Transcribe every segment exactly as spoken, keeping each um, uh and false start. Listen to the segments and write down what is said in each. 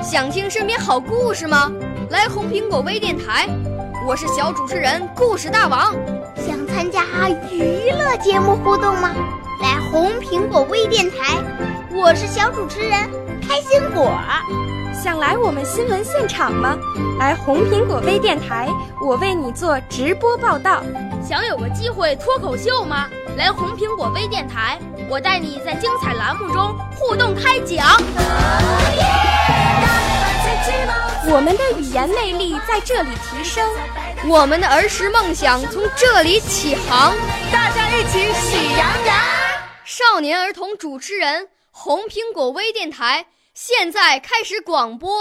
想听身边好故事吗？来红苹果微电台，我是小主持人故事大王。 想参加娱乐节目互动吗？来红苹果微电台，我是小主持人开心果。 想来我们新闻现场吗？来红苹果微电台，我为你做直播报道。 想有个机会脱口秀吗？来红苹果微电台，我带你在精彩栏目中互动开讲。 我们的语言魅力在这里提升， 我们的儿时梦想从这里起航。 大家一起喜羊羊。 少年儿童主持人，红苹果微电台现在开始广播。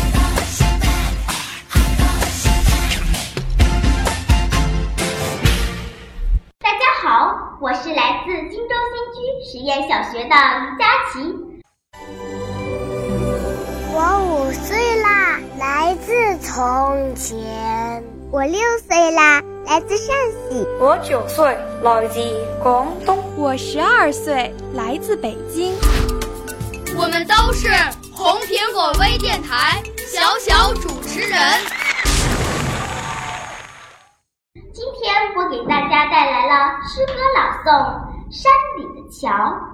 大家好，我是来自荆州新区实验小学的于佳琪。 我五岁啦，来自从前。我六岁啦，来自陕西。 我九岁，来自广东。 我十二岁，来自北京。 我们都是红苹果微电台小小主持人。 今天我给大家带来了诗歌朗诵《山里的桥》。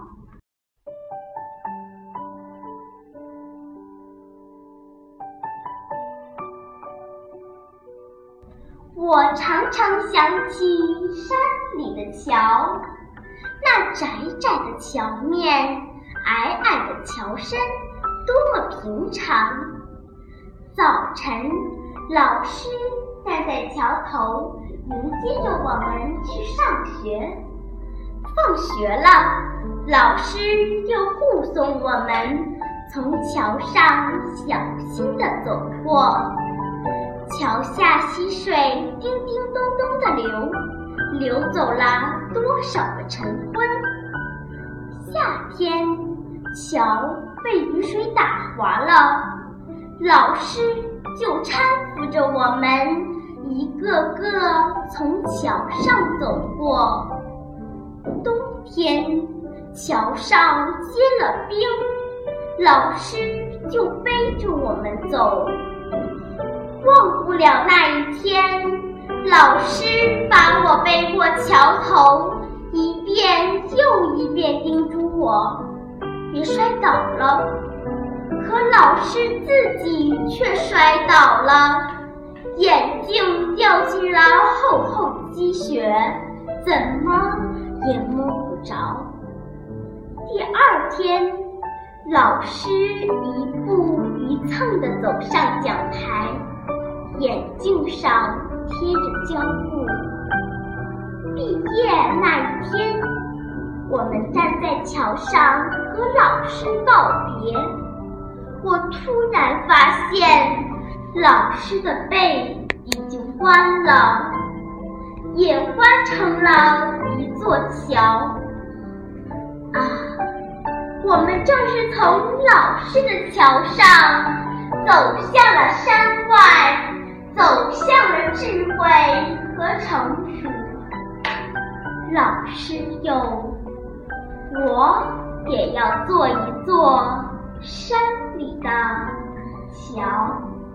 我常常想起山里的桥，那窄窄的桥面，矮矮的桥身，多么平常。早晨，老师站在桥头，迎接着我们去上学。放学了，老师又护送我们从桥上小心地走过。桥下溪水叮叮咚咚地流，流走了多少个晨昏。夏天，桥被雨水打滑了，老师就搀扶着我们一个个从桥上走过。冬天，桥上结了冰，老师就背着我们走。忘不了那一天，老师把我背过桥头，一遍又一遍叮嘱我别摔倒了。可老师自己却摔倒了，眼镜掉进了厚厚的积雪，怎么也摸不着。第二天，老师一步一蹭地走上讲台，眼镜上贴着胶布。毕业那一天，我们站在桥上和老师告别。我突然发现，老师的背已经弯了，也弯成了一座桥。啊，我们正是从老师的桥上走向了山外，走向了智慧和成熟。老师有，我也要做一座山里的桥。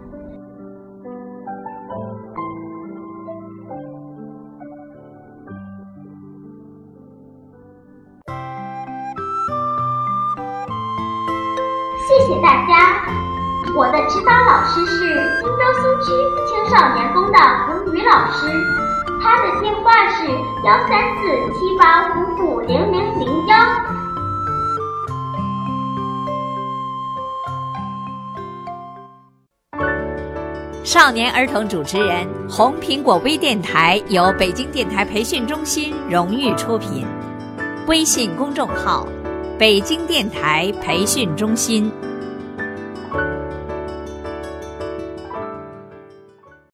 谢谢大家。我的指导老师是荆州新区青少年宫的彭宇老师，他的电话是幺三四七八五五零零零幺。 少年儿童主持人，红苹果微电台由北京电台培训中心荣誉出品，微信公众号：北京电台培训中心。